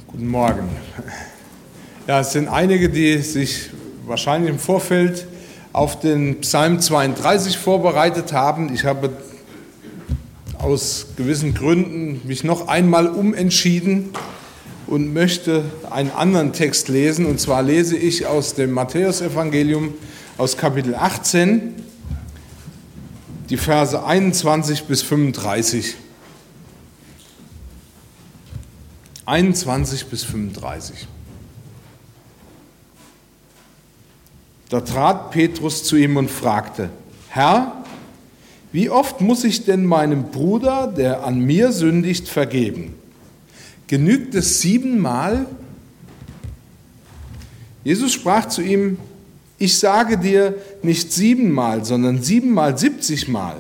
Guten Morgen. Ja, es sind einige, die sich wahrscheinlich im Vorfeld auf den Psalm 32 vorbereitet haben. Ich habe aus gewissen Gründen mich noch einmal umentschieden und möchte einen anderen Text lesen. Und zwar lese ich aus dem Matthäusevangelium aus Kapitel 18, die Verse 21 bis 35. 21 bis 35. Da trat Petrus zu ihm und fragte: Herr, wie oft muss ich denn meinem Bruder, der an mir sündigt, vergeben? Genügt es 7-mal? Jesus sprach zu ihm: Ich sage dir nicht 7-mal, sondern 7-mal 70-mal.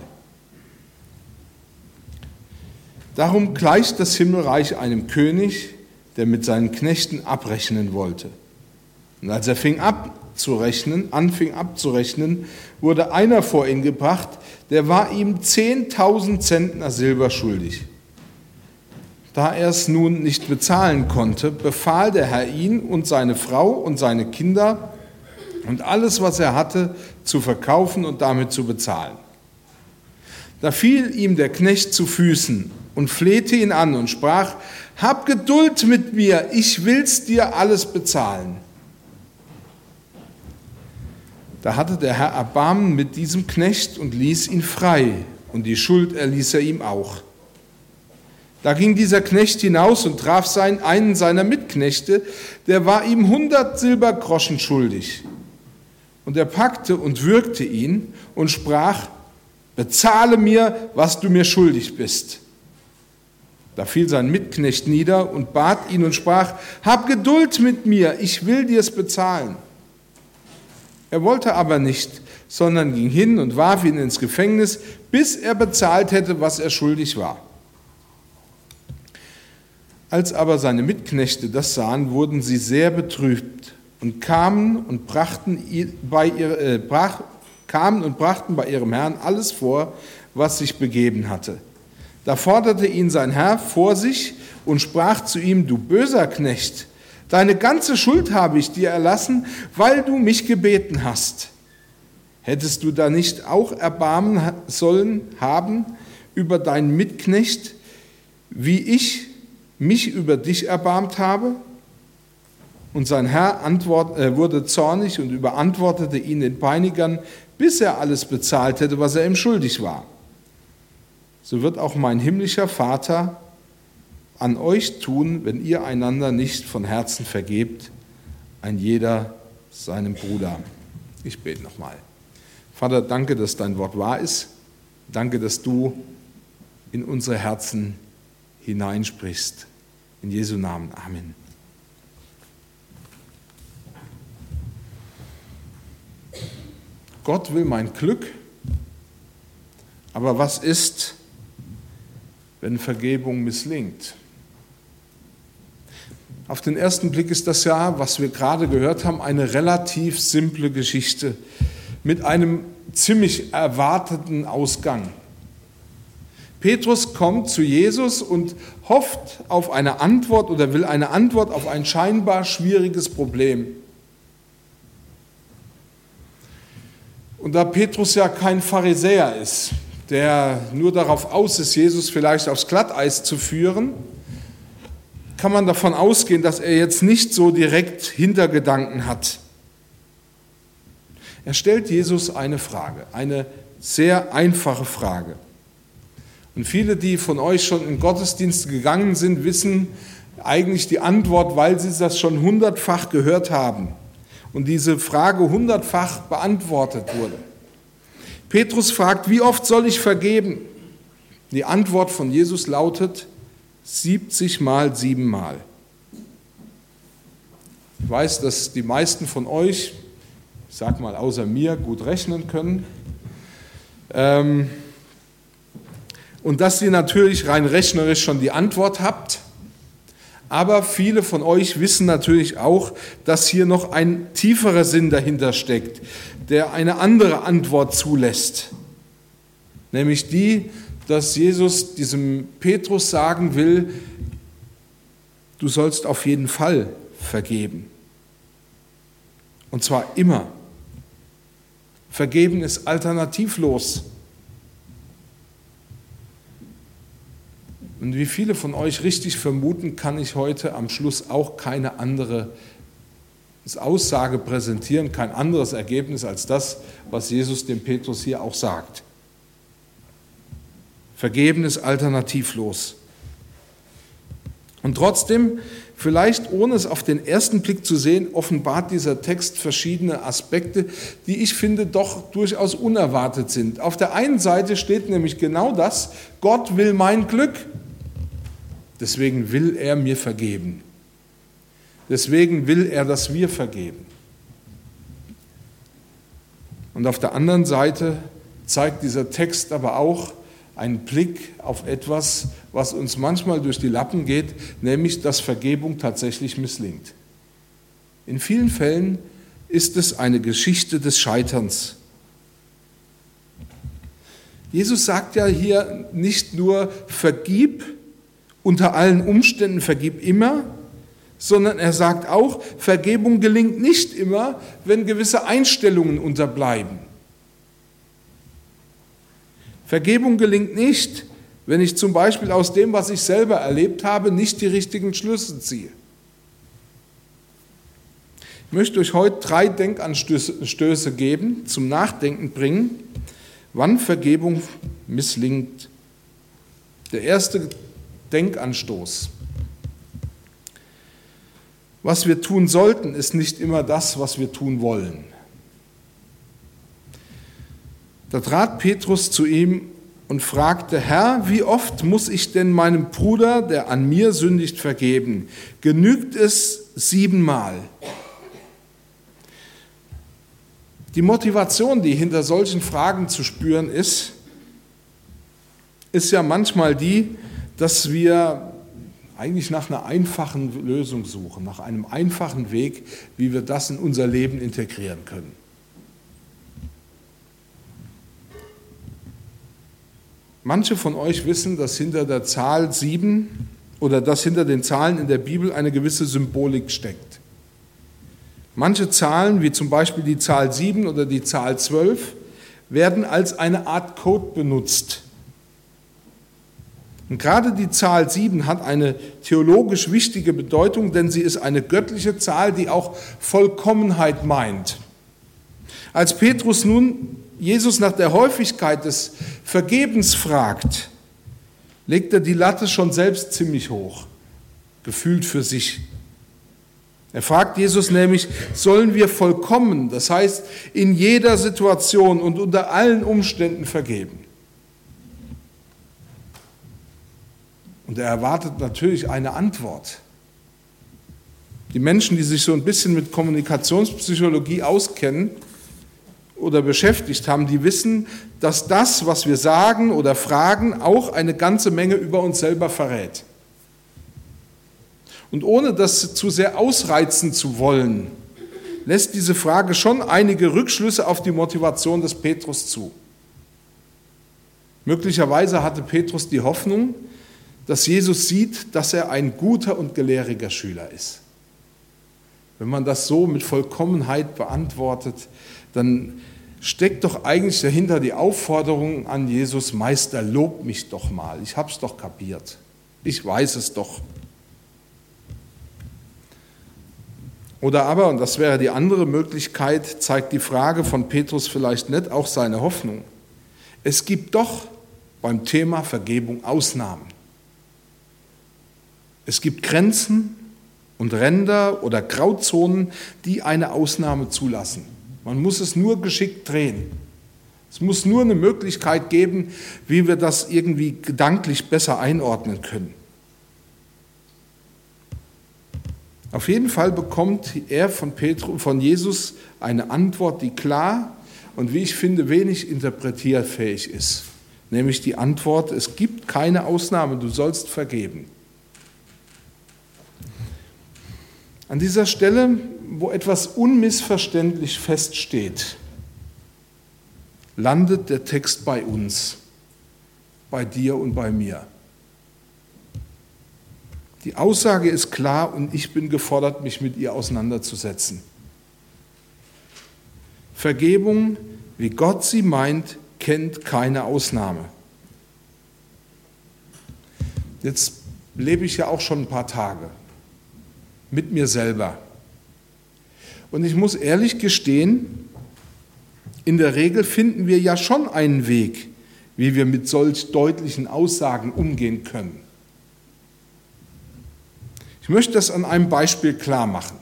Darum gleicht das Himmelreich einem König, der mit seinen Knechten abrechnen wollte. Und als er anfing abzurechnen, wurde einer vor ihn gebracht, der war ihm 10.000 Zentner Silber schuldig. Da er es nun nicht bezahlen konnte, befahl der Herr ihn und seine Frau und seine Kinder und alles, was er hatte, zu verkaufen und damit zu bezahlen. Da fiel ihm der Knecht zu Füßen und flehte ihn an und sprach: Hab Geduld mit mir, ich will's dir alles bezahlen. Da hatte der Herr Erbarmen mit diesem Knecht und ließ ihn frei, und die Schuld erließ er ihm auch. Da ging dieser Knecht hinaus und traf einen seiner Mitknechte, der war ihm 100 Silbergroschen schuldig. Und er packte und würgte ihn und sprach: Bezahle mir, was du mir schuldig bist. Da fiel sein Mitknecht nieder und bat ihn und sprach: Hab Geduld mit mir, ich will dir's bezahlen. Er wollte aber nicht, sondern ging hin und warf ihn ins Gefängnis, bis er bezahlt hätte, was er schuldig war. Als aber seine Mitknechte das sahen, wurden sie sehr betrübt und kamen und brachten bei ihrem Herrn alles vor, was sich begeben hatte. Da forderte ihn sein Herr vor sich und sprach zu ihm: Du böser Knecht, deine ganze Schuld habe ich dir erlassen, weil du mich gebeten hast. Hättest du da nicht auch Erbarmen sollen haben über deinen Mitknecht, wie ich mich über dich erbarmt habe? Und sein Herr wurde zornig und überantwortete ihn den Peinigern, bis er alles bezahlt hätte, was er ihm schuldig war. So wird auch mein himmlischer Vater an euch tun, wenn ihr einander nicht von Herzen vergebt, ein jeder seinem Bruder. Ich bete nochmal. Vater, danke, dass dein Wort wahr ist. Danke, dass du in unsere Herzen hineinsprichst. In Jesu Namen. Amen. Gott will mein Glück, aber was ist, wenn Vergebung misslingt? Auf den ersten Blick ist das ja, was wir gerade gehört haben, eine relativ simple Geschichte mit einem ziemlich erwarteten Ausgang. Petrus kommt zu Jesus und hofft auf eine Antwort oder will eine Antwort auf ein scheinbar schwieriges Problem. Und da Petrus ja kein Pharisäer ist, der nur darauf aus ist, Jesus vielleicht aufs Glatteis zu führen, kann man davon ausgehen, dass er jetzt nicht so direkt Hintergedanken hat. Er stellt Jesus eine Frage, eine sehr einfache Frage. Und viele, die von euch schon in Gottesdienste gegangen sind, wissen eigentlich die Antwort, weil sie das schon 100-fach gehört haben und diese Frage 100-fach beantwortet wurde. Petrus fragt: Wie oft soll ich vergeben? Die Antwort von Jesus lautet: 70-mal 7-mal. Ich weiß, dass die meisten von euch, ich sag mal außer mir, gut rechnen können. Und dass ihr natürlich rein rechnerisch schon die Antwort habt. Aber viele von euch wissen natürlich auch, dass hier noch ein tieferer Sinn dahinter steckt, der eine andere Antwort zulässt. Nämlich die, dass Jesus diesem Petrus sagen will: du sollst auf jeden Fall vergeben. Und zwar immer. Vergeben ist alternativlos. Und wie viele von euch richtig vermuten, kann ich heute am Schluss auch keine andere Aussage präsentieren, kein anderes Ergebnis als das, was Jesus dem Petrus hier auch sagt. Vergeben ist alternativlos. Und trotzdem, vielleicht ohne es auf den ersten Blick zu sehen, offenbart dieser Text verschiedene Aspekte, die ich finde doch durchaus unerwartet sind. Auf der einen Seite steht nämlich genau das: Gott will mein Glück. Deswegen will er mir vergeben. Deswegen will er, dass wir vergeben. Und auf der anderen Seite zeigt dieser Text aber auch einen Blick auf etwas, was uns manchmal durch die Lappen geht, nämlich, dass Vergebung tatsächlich misslingt. In vielen Fällen ist es eine Geschichte des Scheiterns. Jesus sagt ja hier nicht nur, vergib unter allen Umständen, vergib immer, sondern er sagt auch, Vergebung gelingt nicht immer, wenn gewisse Einstellungen unterbleiben. Vergebung gelingt nicht, wenn ich zum Beispiel aus dem, was ich selber erlebt habe, nicht die richtigen Schlüsse ziehe. Ich möchte euch heute 3 Denkanstöße geben, zum Nachdenken bringen, wann Vergebung misslingt. Der erste Denkanstoß: Was wir tun sollten, ist nicht immer das, was wir tun wollen. Da trat Petrus zu ihm und fragte: Herr, wie oft muss ich denn meinem Bruder, der an mir sündigt, vergeben? Genügt es 7-mal? Die Motivation, die hinter solchen Fragen zu spüren ist ja manchmal die, dass wir eigentlich nach einer einfachen Lösung suchen, nach einem einfachen Weg, wie wir das in unser Leben integrieren können. Manche von euch wissen, dass hinter der Zahl 7 oder dass hinter den Zahlen in der Bibel eine gewisse Symbolik steckt. Manche Zahlen, wie zum Beispiel die Zahl 7 oder die Zahl 12, werden als eine Art Code benutzt. Und gerade die Zahl 7 hat eine theologisch wichtige Bedeutung, denn sie ist eine göttliche Zahl, die auch Vollkommenheit meint. Als Petrus nun Jesus nach der Häufigkeit des Vergebens fragt, legt er die Latte schon selbst ziemlich hoch, gefühlt für sich. Er fragt Jesus nämlich, sollen wir vollkommen, das heißt in jeder Situation und unter allen Umständen vergeben? Und er erwartet natürlich eine Antwort. Die Menschen, die sich so ein bisschen mit Kommunikationspsychologie auskennen oder beschäftigt haben, die wissen, dass das, was wir sagen oder fragen, auch eine ganze Menge über uns selber verrät. Und ohne das zu sehr ausreizen zu wollen, lässt diese Frage schon einige Rückschlüsse auf die Motivation des Petrus zu. Möglicherweise hatte Petrus die Hoffnung, dass Jesus sieht, dass er ein guter und gelehriger Schüler ist. Wenn man das so mit Vollkommenheit beantwortet, dann steckt doch eigentlich dahinter die Aufforderung an Jesus: Meister, lob mich doch mal, ich habe es doch kapiert, ich weiß es doch. Oder aber, und das wäre die andere Möglichkeit, zeigt die Frage von Petrus vielleicht nicht auch seine Hoffnung. Es gibt doch beim Thema Vergebung Ausnahmen. Es gibt Grenzen und Ränder oder Grauzonen, die eine Ausnahme zulassen. Man muss es nur geschickt drehen. Es muss nur eine Möglichkeit geben, wie wir das irgendwie gedanklich besser einordnen können. Auf jeden Fall bekommt er von Jesus eine Antwort, die klar und, wie ich finde, wenig interpretierfähig ist. Nämlich die Antwort: Es gibt keine Ausnahme, du sollst vergeben. An dieser Stelle, wo etwas unmissverständlich feststeht, landet der Text bei uns, bei dir und bei mir. Die Aussage ist klar und ich bin gefordert, mich mit ihr auseinanderzusetzen. Vergebung, wie Gott sie meint, kennt keine Ausnahme. Jetzt lebe ich ja auch schon ein paar Tage mit mir selber. Und ich muss ehrlich gestehen, in der Regel finden wir ja schon einen Weg, wie wir mit solch deutlichen Aussagen umgehen können. Ich möchte das an einem Beispiel klar machen.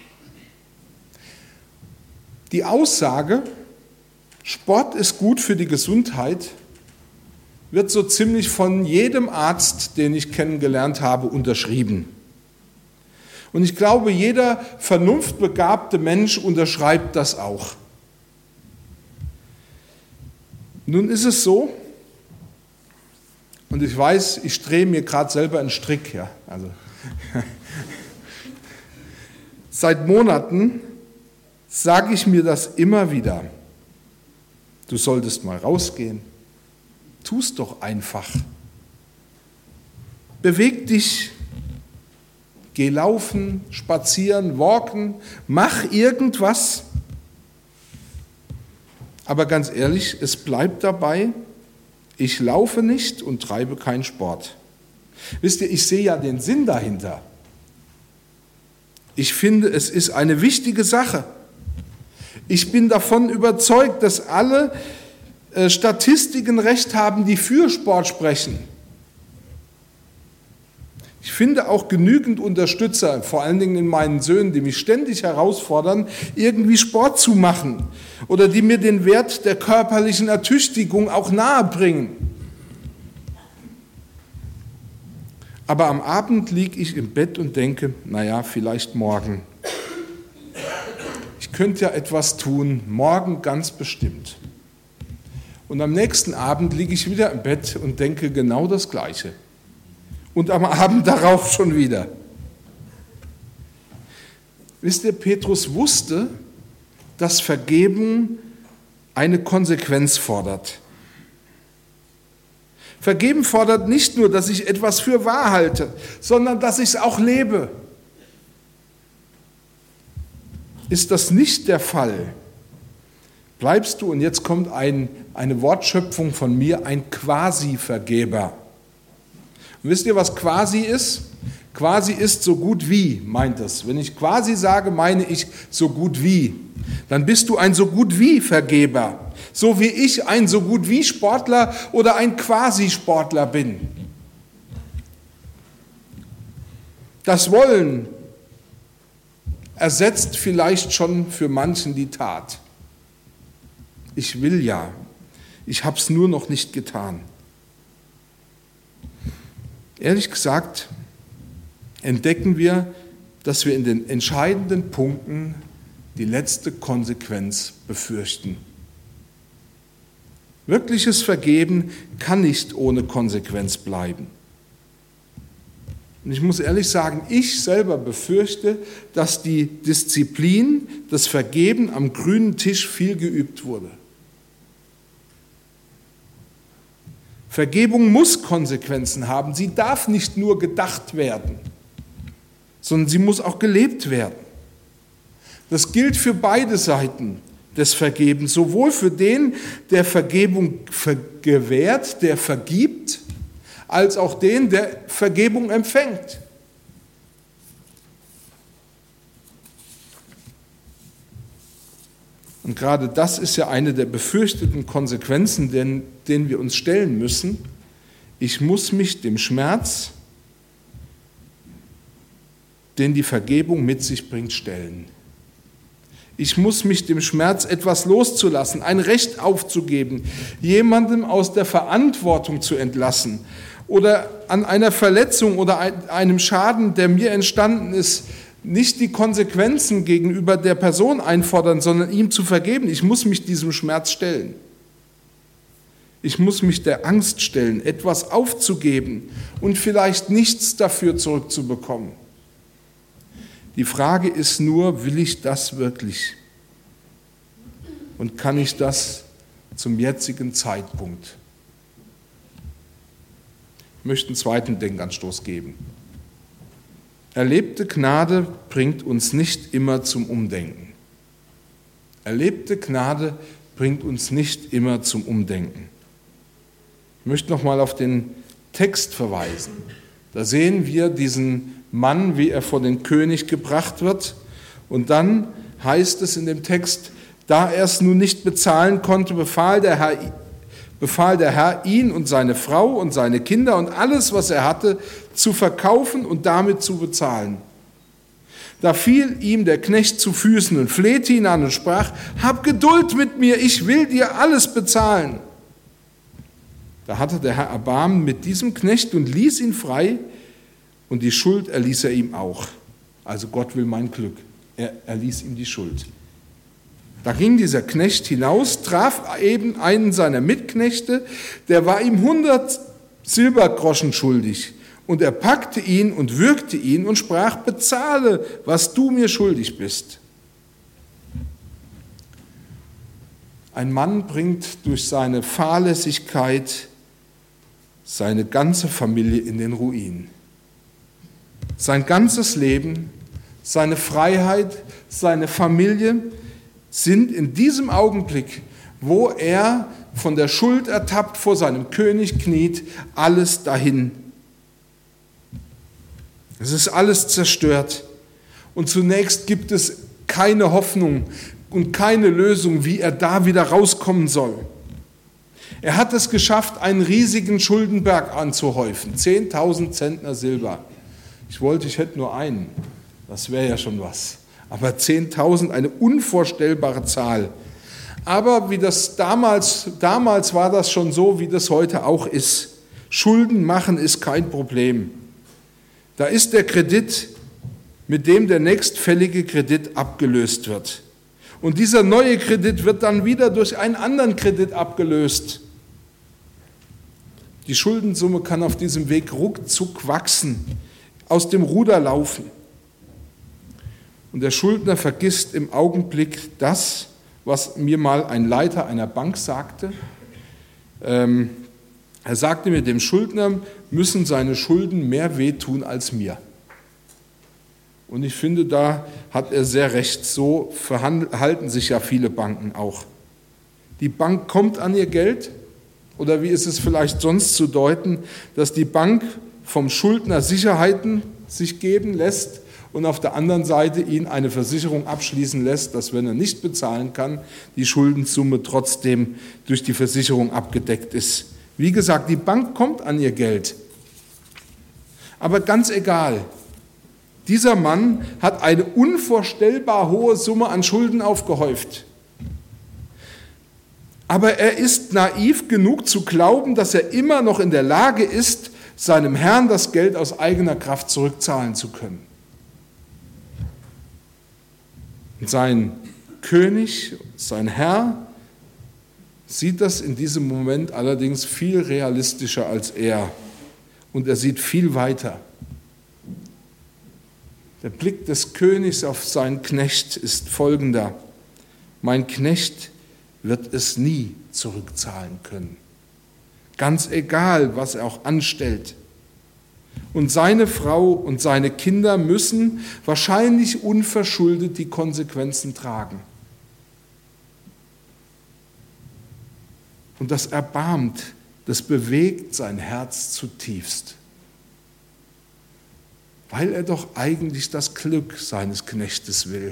Die Aussage, Sport ist gut für die Gesundheit, wird so ziemlich von jedem Arzt, den ich kennengelernt habe, unterschrieben. Und ich glaube, jeder vernunftbegabte Mensch unterschreibt das auch. Nun ist es so, und ich weiß, ich drehe mir gerade selber einen Strick, ja, also seit Monaten sage ich mir das immer wieder. Du solltest mal rausgehen. Tu es doch einfach. Beweg dich. Geh laufen, spazieren, walken. Mach irgendwas. Aber ganz ehrlich, es bleibt dabei, ich laufe nicht und treibe keinen Sport. Wisst ihr, ich sehe ja den Sinn dahinter. Ich finde, es ist eine wichtige Sache. Ich bin davon überzeugt, dass alle Statistiken recht haben, die für Sport sprechen. Ich finde auch genügend Unterstützer, vor allen Dingen in meinen Söhnen, die mich ständig herausfordern, irgendwie Sport zu machen oder die mir den Wert der körperlichen Ertüchtigung auch nahebringen. Aber am Abend liege ich im Bett und denke, naja, vielleicht morgen. Ich könnte ja etwas tun, morgen ganz bestimmt. Und am nächsten Abend liege ich wieder im Bett und denke genau das Gleiche. Und am Abend darauf schon wieder. Wisst ihr, Petrus wusste, dass Vergeben eine Konsequenz fordert. Vergeben fordert nicht nur, dass ich etwas für wahr halte, sondern dass ich es auch lebe. Ist das nicht der Fall, bleibst du, und jetzt kommt eine Wortschöpfung von mir, ein Quasi-Vergeber. Und wisst ihr, was quasi ist? Quasi ist so gut wie, meint es. Wenn ich quasi sage, meine ich so gut wie. Dann bist du ein so gut wie Vergeber. So wie ich ein so gut wie Sportler oder ein Quasi-Sportler bin. Das Wollen ersetzt vielleicht schon für manchen die Tat. Ich will ja, ich habe es nur noch nicht getan. Ehrlich gesagt entdecken wir, dass wir in den entscheidenden Punkten die letzte Konsequenz befürchten. Wirkliches Vergeben kann nicht ohne Konsequenz bleiben. Und ich muss ehrlich sagen, ich selber befürchte, dass die Disziplin, das Vergeben am grünen Tisch viel geübt wurde. Vergebung muss Konsequenzen haben. Sie darf nicht nur gedacht werden, sondern sie muss auch gelebt werden. Das gilt für beide Seiten des Vergebens, sowohl für den, der Vergebung gewährt, der vergibt, als auch den, der Vergebung empfängt. Und gerade das ist ja eine der befürchteten Konsequenzen, denen wir uns stellen müssen. Ich muss mich dem Schmerz, den die Vergebung mit sich bringt, stellen. Ich muss mich dem Schmerz, etwas loszulassen, ein Recht aufzugeben, jemandem aus der Verantwortung zu entlassen oder an einer Verletzung oder einem Schaden, der mir entstanden ist, nicht die Konsequenzen gegenüber der Person einfordern, sondern ihm zu vergeben. Ich muss mich diesem Schmerz stellen. Ich muss mich der Angst stellen, etwas aufzugeben und vielleicht nichts dafür zurückzubekommen. Die Frage ist nur, will ich das wirklich? Und kann ich das zum jetzigen Zeitpunkt? Ich möchte einen zweiten Denkanstoß geben. Erlebte Gnade bringt uns nicht immer zum Umdenken. Erlebte Gnade bringt uns nicht immer zum Umdenken. Ich möchte nochmal auf den Text verweisen. Da sehen wir diesen Mann, wie er vor den König gebracht wird. Und dann heißt es in dem Text, da er es nun nicht bezahlen konnte, befahl der Herr, ihn und seine Frau und seine Kinder und alles, was er hatte, zu verkaufen und damit zu bezahlen. Da fiel ihm der Knecht zu Füßen und flehte ihn an und sprach, hab Geduld mit mir, ich will dir alles bezahlen. Da hatte der Herr Erbarmen mit diesem Knecht und ließ ihn frei und die Schuld erließ er ihm auch. Also Gott will mein Glück, er erließ ihm die Schuld. Da ging dieser Knecht hinaus, traf eben einen seiner Mitknechte, der war ihm 100 Silbergroschen schuldig. Und er packte ihn und würgte ihn und sprach, bezahle, was du mir schuldig bist. Ein Mann bringt durch seine Fahrlässigkeit seine ganze Familie in den Ruin. Sein ganzes Leben, seine Freiheit, seine Familie sind in diesem Augenblick, wo er von der Schuld ertappt vor seinem König kniet, alles dahin. Es ist alles zerstört. Und zunächst gibt es keine Hoffnung und keine Lösung, wie er da wieder rauskommen soll. Er hat es geschafft, einen riesigen Schuldenberg anzuhäufen. 10.000 Zentner Silber. Ich hätte nur einen. Das wäre ja schon was. Aber 10.000, eine unvorstellbare Zahl. Aber wie das damals war das schon so, wie das heute auch ist. Schulden machen ist kein Problem. Da ist der Kredit, mit dem der nächstfällige Kredit abgelöst wird. Und dieser neue Kredit wird dann wieder durch einen anderen Kredit abgelöst. Die Schuldensumme kann auf diesem Weg ruckzuck wachsen, aus dem Ruder laufen. Und der Schuldner vergisst im Augenblick das, was mir mal ein Leiter einer Bank sagte. Er sagte mir, dem Schuldner müssen seine Schulden mehr wehtun als mir. Und ich finde, da hat er sehr recht. So verhalten sich ja viele Banken auch. Die Bank kommt an ihr Geld, oder wie ist es vielleicht sonst zu deuten, dass die Bank vom Schuldner Sicherheiten sich geben lässt und auf der anderen Seite ihn eine Versicherung abschließen lässt, dass, wenn er nicht bezahlen kann, die Schuldensumme trotzdem durch die Versicherung abgedeckt ist. Wie gesagt, die Bank kommt an ihr Geld. Aber ganz egal, dieser Mann hat eine unvorstellbar hohe Summe an Schulden aufgehäuft. Aber er ist naiv genug zu glauben, dass er immer noch in der Lage ist, seinem Herrn das Geld aus eigener Kraft zurückzahlen zu können. Und sein König, sein Herr, sieht das in diesem Moment allerdings viel realistischer als er. Und er sieht viel weiter. Der Blick des Königs auf seinen Knecht ist folgender: Mein Knecht wird es nie zurückzahlen können. Ganz egal, was er auch anstellt. Und seine Frau und seine Kinder müssen wahrscheinlich unverschuldet die Konsequenzen tragen. Und das erbarmt, das bewegt sein Herz zutiefst, weil er doch eigentlich das Glück seines Knechtes will.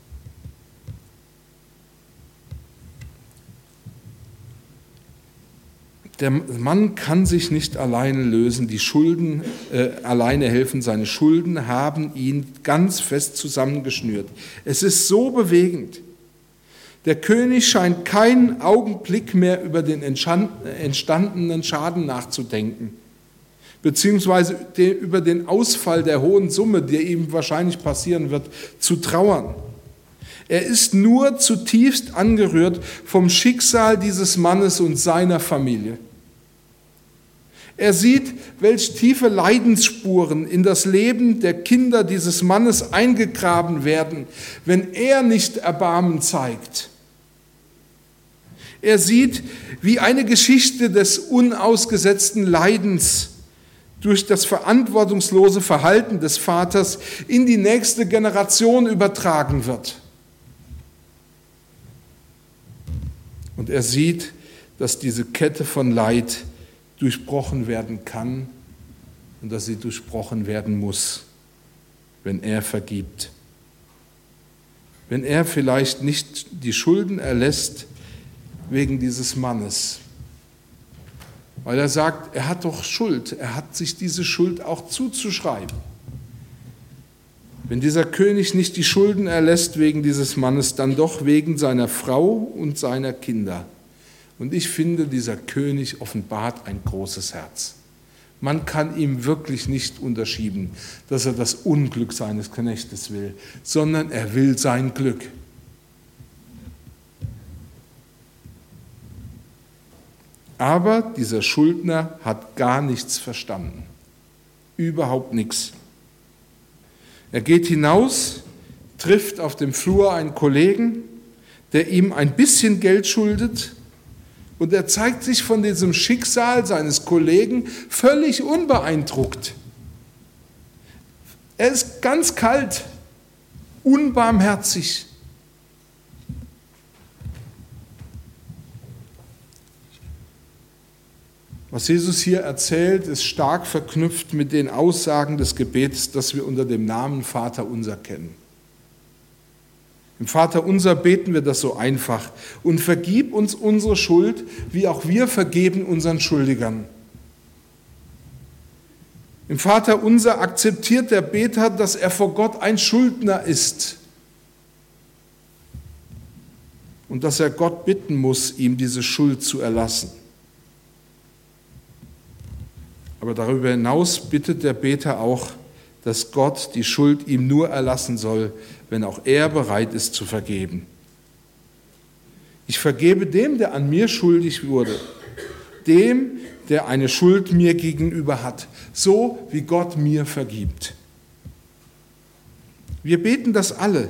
Der Mann kann sich nicht alleine lösen, alleine helfen. Seine Schulden haben ihn ganz fest zusammengeschnürt. Es ist so bewegend. Der König scheint keinen Augenblick mehr über den entstandenen Schaden nachzudenken, beziehungsweise über den Ausfall der hohen Summe, der ihm wahrscheinlich passieren wird, zu trauern. Er ist nur zutiefst angerührt vom Schicksal dieses Mannes und seiner Familie. Er sieht, welch tiefe Leidensspuren in das Leben der Kinder dieses Mannes eingegraben werden, wenn er nicht Erbarmen zeigt. Er sieht, wie eine Geschichte des unausgesetzten Leidens durch das verantwortungslose Verhalten des Vaters in die nächste Generation übertragen wird. Und er sieht, dass diese Kette von Leid durchbrochen werden kann und dass sie durchbrochen werden muss, wenn er vergibt. Wenn er vielleicht nicht die Schulden erlässt wegen dieses Mannes, weil er sagt, er hat doch Schuld, er hat sich diese Schuld auch zuzuschreiben. Wenn dieser König nicht die Schulden erlässt wegen dieses Mannes, dann doch wegen seiner Frau und seiner Kinder. Und ich finde, dieser König offenbart ein großes Herz. Man kann ihm wirklich nicht unterschieben, dass er das Unglück seines Knechtes will, sondern er will sein Glück. Aber dieser Schuldner hat gar nichts verstanden. Überhaupt nichts. Er geht hinaus, trifft auf dem Flur einen Kollegen, der ihm ein bisschen Geld schuldet, und er zeigt sich von diesem Schicksal seines Kollegen völlig unbeeindruckt. Er ist ganz kalt, unbarmherzig. Was Jesus hier erzählt, ist stark verknüpft mit den Aussagen des Gebets, das wir unter dem Namen Vater unser kennen. Im Vater unser beten wir das so einfach: Und vergib uns unsere Schuld, wie auch wir vergeben unseren Schuldigern. Im Vater unser akzeptiert der Beter, dass er vor Gott ein Schuldner ist und dass er Gott bitten muss, ihm diese Schuld zu erlassen. Aber darüber hinaus bittet der Beter auch, dass Gott die Schuld ihm nur erlassen soll, wenn auch er bereit ist zu vergeben. Ich vergebe dem, der an mir schuldig wurde, dem, der eine Schuld mir gegenüber hat, so wie Gott mir vergibt. Wir beten das alle.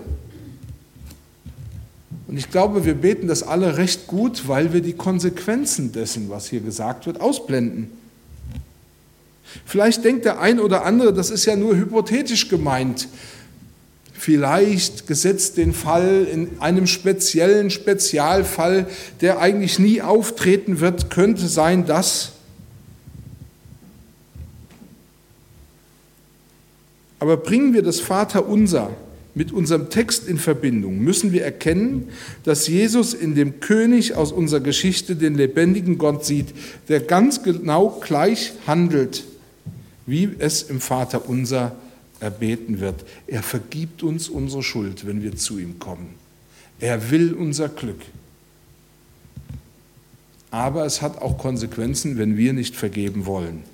Und ich glaube, wir beten das alle recht gut, weil wir die Konsequenzen dessen, was hier gesagt wird, ausblenden. Vielleicht denkt der ein oder andere, das ist ja nur hypothetisch gemeint. Vielleicht, gesetzt den Fall, in einem speziellen Spezialfall, der eigentlich nie auftreten wird, könnte sein, dass. Aber bringen wir das Vaterunser mit unserem Text in Verbindung, müssen wir erkennen, dass Jesus in dem König aus unserer Geschichte den lebendigen Gott sieht, der ganz genau gleich handelt, wie es im Vaterunser erbeten wird. Er vergibt uns unsere Schuld, wenn wir zu ihm kommen. Er will unser Glück. Aber es hat auch Konsequenzen, wenn wir nicht vergeben wollen.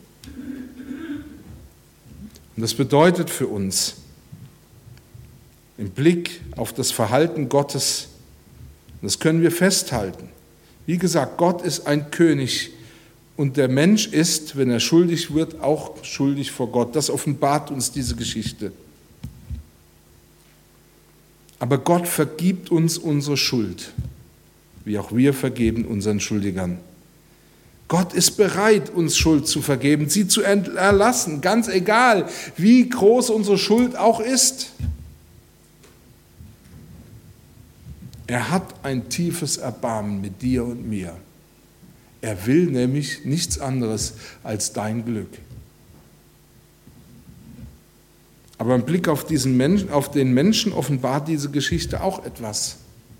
Und das bedeutet für uns, im Blick auf das Verhalten Gottes, das können wir festhalten. Wie gesagt, Gott ist ein König, und der Mensch ist, wenn er schuldig wird, auch schuldig vor Gott. Das offenbart uns diese Geschichte. Aber Gott vergibt uns unsere Schuld, wie auch wir vergeben unseren Schuldigern. Gott ist bereit, uns Schuld zu vergeben, sie zu erlassen, ganz egal, wie groß unsere Schuld auch ist. Er hat ein tiefes Erbarmen mit dir und mir. Er will nämlich nichts anderes als dein Glück. Aber im Blick auf diesen Menschen, auf den Menschen offenbart diese Geschichte auch etwas.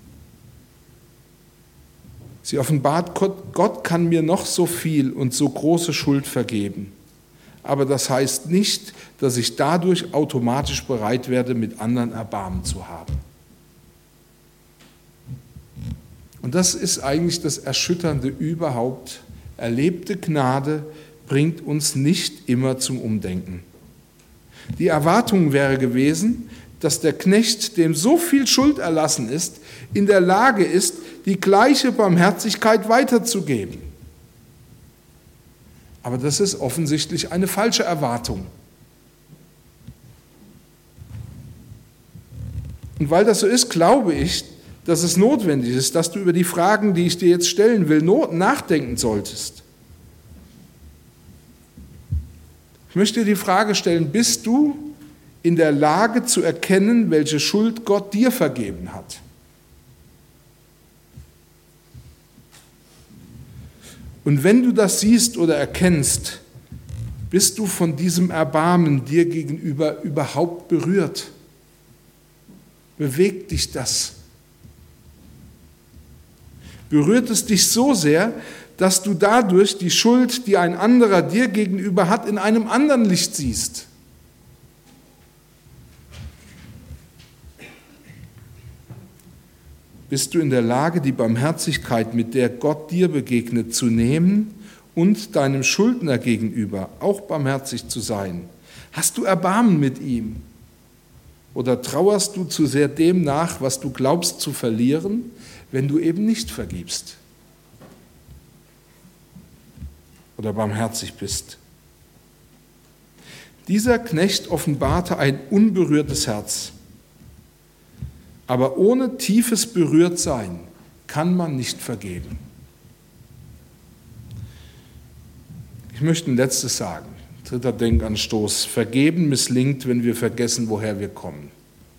Sie offenbart, Gott kann mir noch so viel und so große Schuld vergeben. Aber das heißt nicht, dass ich dadurch automatisch bereit werde, mit anderen Erbarmen zu haben. Und das ist eigentlich das Erschütternde überhaupt. Erlebte Gnade bringt uns nicht immer zum Umdenken. Die Erwartung wäre gewesen, dass der Knecht, dem so viel Schuld erlassen ist, in der Lage ist, die gleiche Barmherzigkeit weiterzugeben. Aber das ist offensichtlich eine falsche Erwartung. Und weil das so ist, glaube ich, dass es notwendig ist, dass du über die Fragen, die ich dir jetzt stellen will, nachdenken solltest. Ich möchte dir die Frage stellen, bist du in der Lage zu erkennen, welche Schuld Gott dir vergeben hat? Und wenn du das siehst oder erkennst, bist du von diesem Erbarmen dir gegenüber überhaupt berührt? Bewegt dich das? Berührt es dich so sehr, dass du dadurch die Schuld, die ein anderer dir gegenüber hat, in einem anderen Licht siehst? Bist du in der Lage, die Barmherzigkeit, mit der Gott dir begegnet, zu nehmen und deinem Schuldner gegenüber auch barmherzig zu sein? Hast du Erbarmen mit ihm? Oder trauerst du zu sehr dem nach, was du glaubst zu verlieren, wenn du eben nicht vergibst oder barmherzig bist? Dieser Knecht offenbarte ein unberührtes Herz. Aber ohne tiefes Berührtsein kann man nicht vergeben. Ich möchte ein letztes sagen. 3. Denkanstoß. Vergeben misslingt, wenn wir vergessen, woher wir kommen.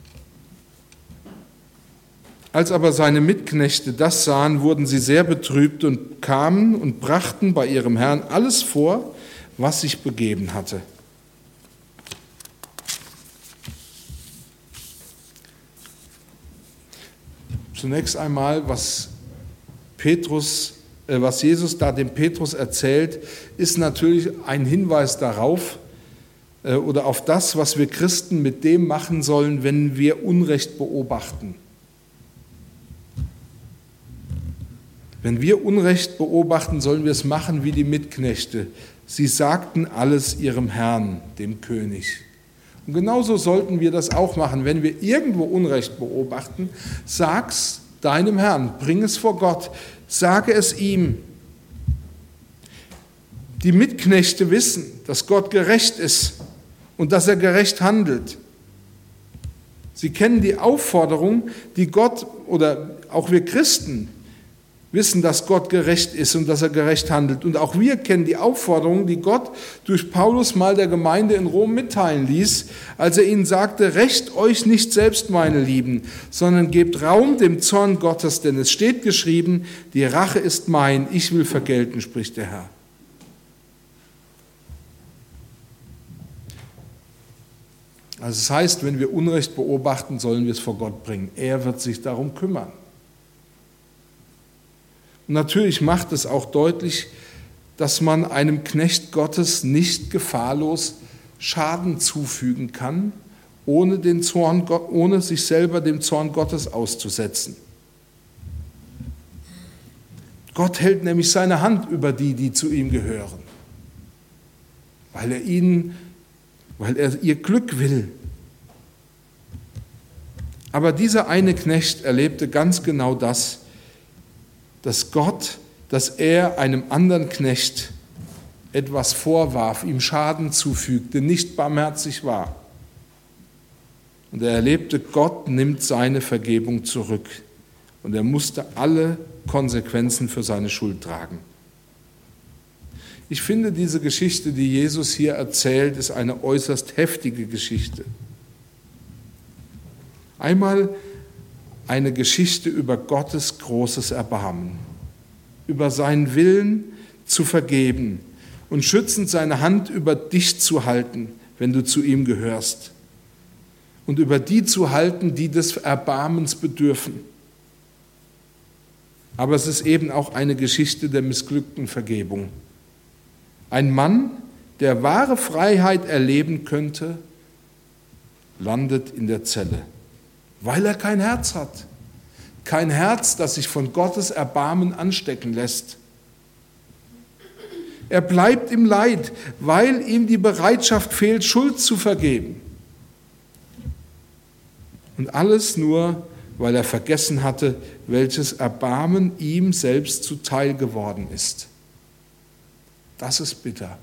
Als aber seine Mitknechte das sahen, wurden sie sehr betrübt und kamen und brachten bei ihrem Herrn alles vor, was sich begeben hatte. Zunächst einmal, was Jesus da dem Petrus erzählt, ist natürlich ein Hinweis darauf oder auf das, was wir Christen mit dem machen sollen, wenn wir Unrecht beobachten. Wenn wir Unrecht beobachten, sollen wir es machen wie die Mitknechte. Sie sagten alles ihrem Herrn, dem König. Und genauso sollten wir das auch machen. Wenn wir irgendwo Unrecht beobachten, sag's deinem Herrn, bring es vor Gott, sage es ihm. Die Mitknechte wissen, dass Gott gerecht ist und dass er gerecht handelt. Sie kennen die Aufforderung, die Gott oder auch wir Christen wissen, dass Gott gerecht ist und dass er gerecht handelt. Und auch wir kennen die Aufforderung, die Gott durch Paulus mal der Gemeinde in Rom mitteilen ließ, als er ihnen sagte, rächt euch nicht selbst, meine Lieben, sondern gebt Raum dem Zorn Gottes, denn es steht geschrieben, die Rache ist mein, ich will vergelten, spricht der Herr. Also das heißt, wenn wir Unrecht beobachten, sollen wir es vor Gott bringen. Er wird sich darum kümmern. Und natürlich macht es auch deutlich, dass man einem Knecht Gottes nicht gefahrlos Schaden zufügen kann, ohne sich selber dem Zorn Gottes auszusetzen. Gott hält nämlich seine Hand über die, die zu ihm gehören, weil er ihr Glück will. Aber dieser eine Knecht erlebte ganz genau das, dass er einem anderen Knecht etwas vorwarf, ihm Schaden zufügte, nicht barmherzig war. Und er erlebte, Gott nimmt seine Vergebung zurück. Und er musste alle Konsequenzen für seine Schuld tragen. Ich finde, diese Geschichte, die Jesus hier erzählt, ist eine äußerst heftige Geschichte. Einmal eine Geschichte über Gottes großes Erbarmen, über seinen Willen zu vergeben und schützend seine Hand über dich zu halten, wenn du zu ihm gehörst, und über die zu halten, die des Erbarmens bedürfen. Aber es ist eben auch eine Geschichte der missglückten Vergebung. Ein Mann, der wahre Freiheit erleben könnte, landet in der Zelle. Weil er kein Herz hat. Kein Herz, das sich von Gottes Erbarmen anstecken lässt. Er bleibt im Leid, weil ihm die Bereitschaft fehlt, Schuld zu vergeben. Und alles nur, weil er vergessen hatte, welches Erbarmen ihm selbst zuteil geworden ist. Das ist bitter.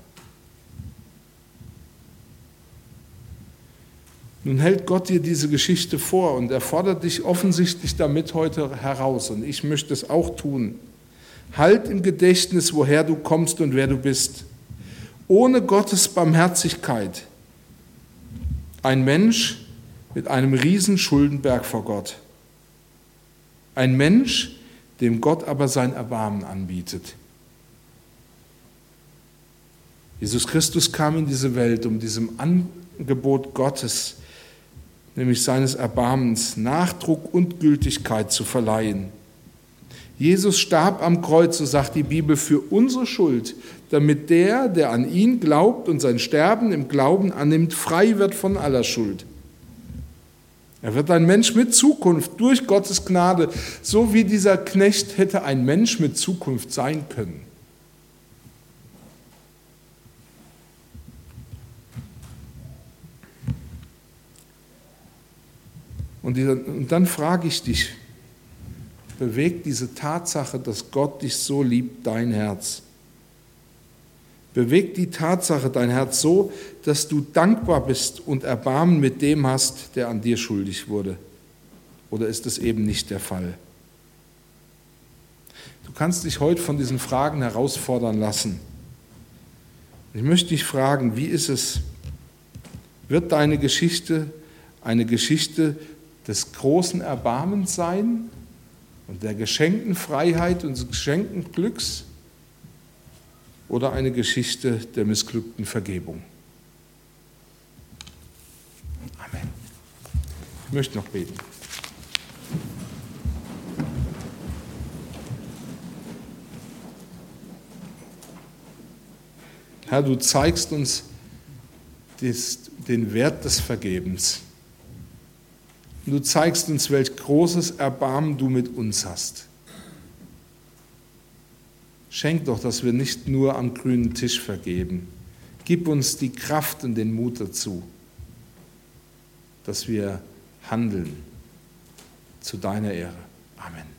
Nun hält Gott dir diese Geschichte vor und er fordert dich offensichtlich damit heute heraus. Und ich möchte es auch tun. Halt im Gedächtnis, woher du kommst und wer du bist. ohne Gottes Barmherzigkeit ein Mensch mit einem riesen Schuldenberg vor Gott. Ein Mensch, dem Gott aber sein Erbarmen anbietet. Jesus Christus kam in diese Welt, um diesem Angebot Gottes, nämlich seines Erbarmens, Nachdruck und Gültigkeit zu verleihen. Jesus starb am Kreuz, so sagt die Bibel, für unsere Schuld, damit der an ihn glaubt und sein Sterben im Glauben annimmt, frei wird von aller Schuld. Er wird ein Mensch mit Zukunft durch Gottes Gnade, so wie dieser Knecht hätte ein Mensch mit Zukunft sein können. Und dann frage ich dich, bewegt diese Tatsache, dass Gott dich so liebt, dein Herz? Bewegt die Tatsache dein Herz so, dass du dankbar bist und Erbarmen mit dem hast, der an dir schuldig wurde? Oder ist es eben nicht der Fall? Du kannst dich heute von diesen Fragen herausfordern lassen. Ich möchte dich fragen, wie ist es? Wird deine Geschichte eine Geschichte des großen Erbarmens sein und der geschenkten Freiheit und des geschenkten Glücks oder eine Geschichte der missglückten Vergebung? Amen. Ich möchte noch beten. Herr, du zeigst uns den Wert des Vergebens. Und du zeigst uns, welch großes Erbarmen du mit uns hast. Schenk doch, dass wir nicht nur am grünen Tisch vergeben. Gib uns die Kraft und den Mut dazu, dass wir handeln zu deiner Ehre. Amen.